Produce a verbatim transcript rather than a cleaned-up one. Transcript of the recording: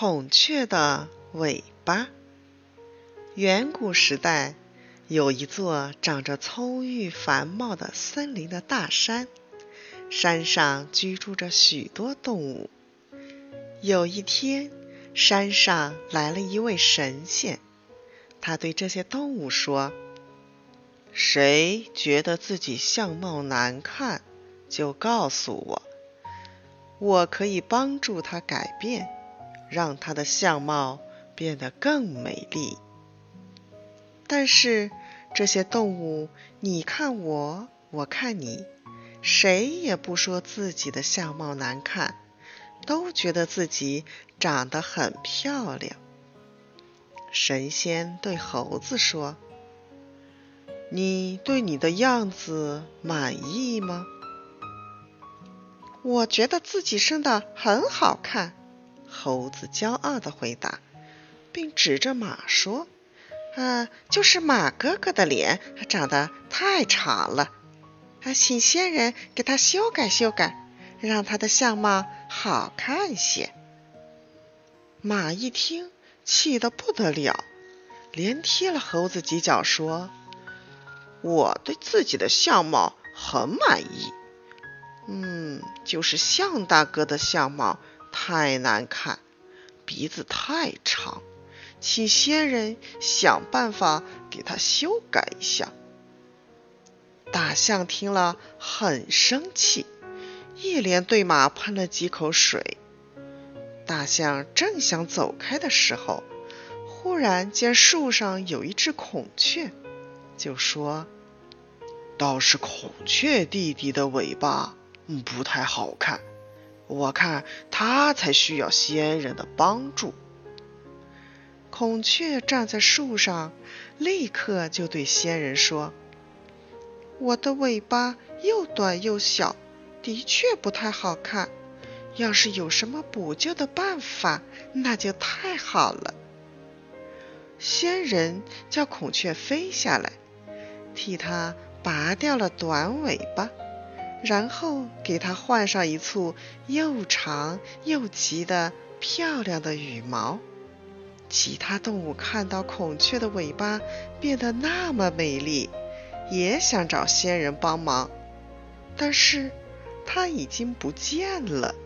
孔雀的尾巴。远古时代，有一座长着葱郁繁茂的森林的大山，山上居住着许多动物。有一天，山上来了一位神仙，他对这些动物说：谁觉得自己相貌难看，就告诉我，我可以帮助他改变，让他的相貌变得更美丽。但是这些动物，你看我，我看你，谁也不说自己的相貌难看，都觉得自己长得很漂亮。神仙对猴子说：你对你的样子满意吗？我觉得自己生得很好看，猴子骄傲地回答，并指着马说：啊，就是马哥哥的脸长得太长了，啊，请仙人给他修改修改，让他的相貌好看些。马一听，气得不得了，连踢了猴子几脚，说：我对自己的相貌很满意，嗯，就是象大哥的相貌太难看，鼻子太长，请仙人想办法给他修改一下。大象听了很生气，一连对马喷了几口水。大象正想走开的时候，忽然见树上有一只孔雀，就说：倒是孔雀弟弟的尾巴不太好看，我看他才需要仙人的帮助。孔雀站在树上，立刻就对仙人说：我的尾巴又短又小，的确不太好看，要是有什么补救的办法，那就太好了。仙人叫孔雀飞下来，替它拔掉了短尾巴，然后给它换上一簇又长又急的漂亮的羽毛。其他动物看到孔雀的尾巴变得那么美丽，也想找仙人帮忙，但是它已经不见了。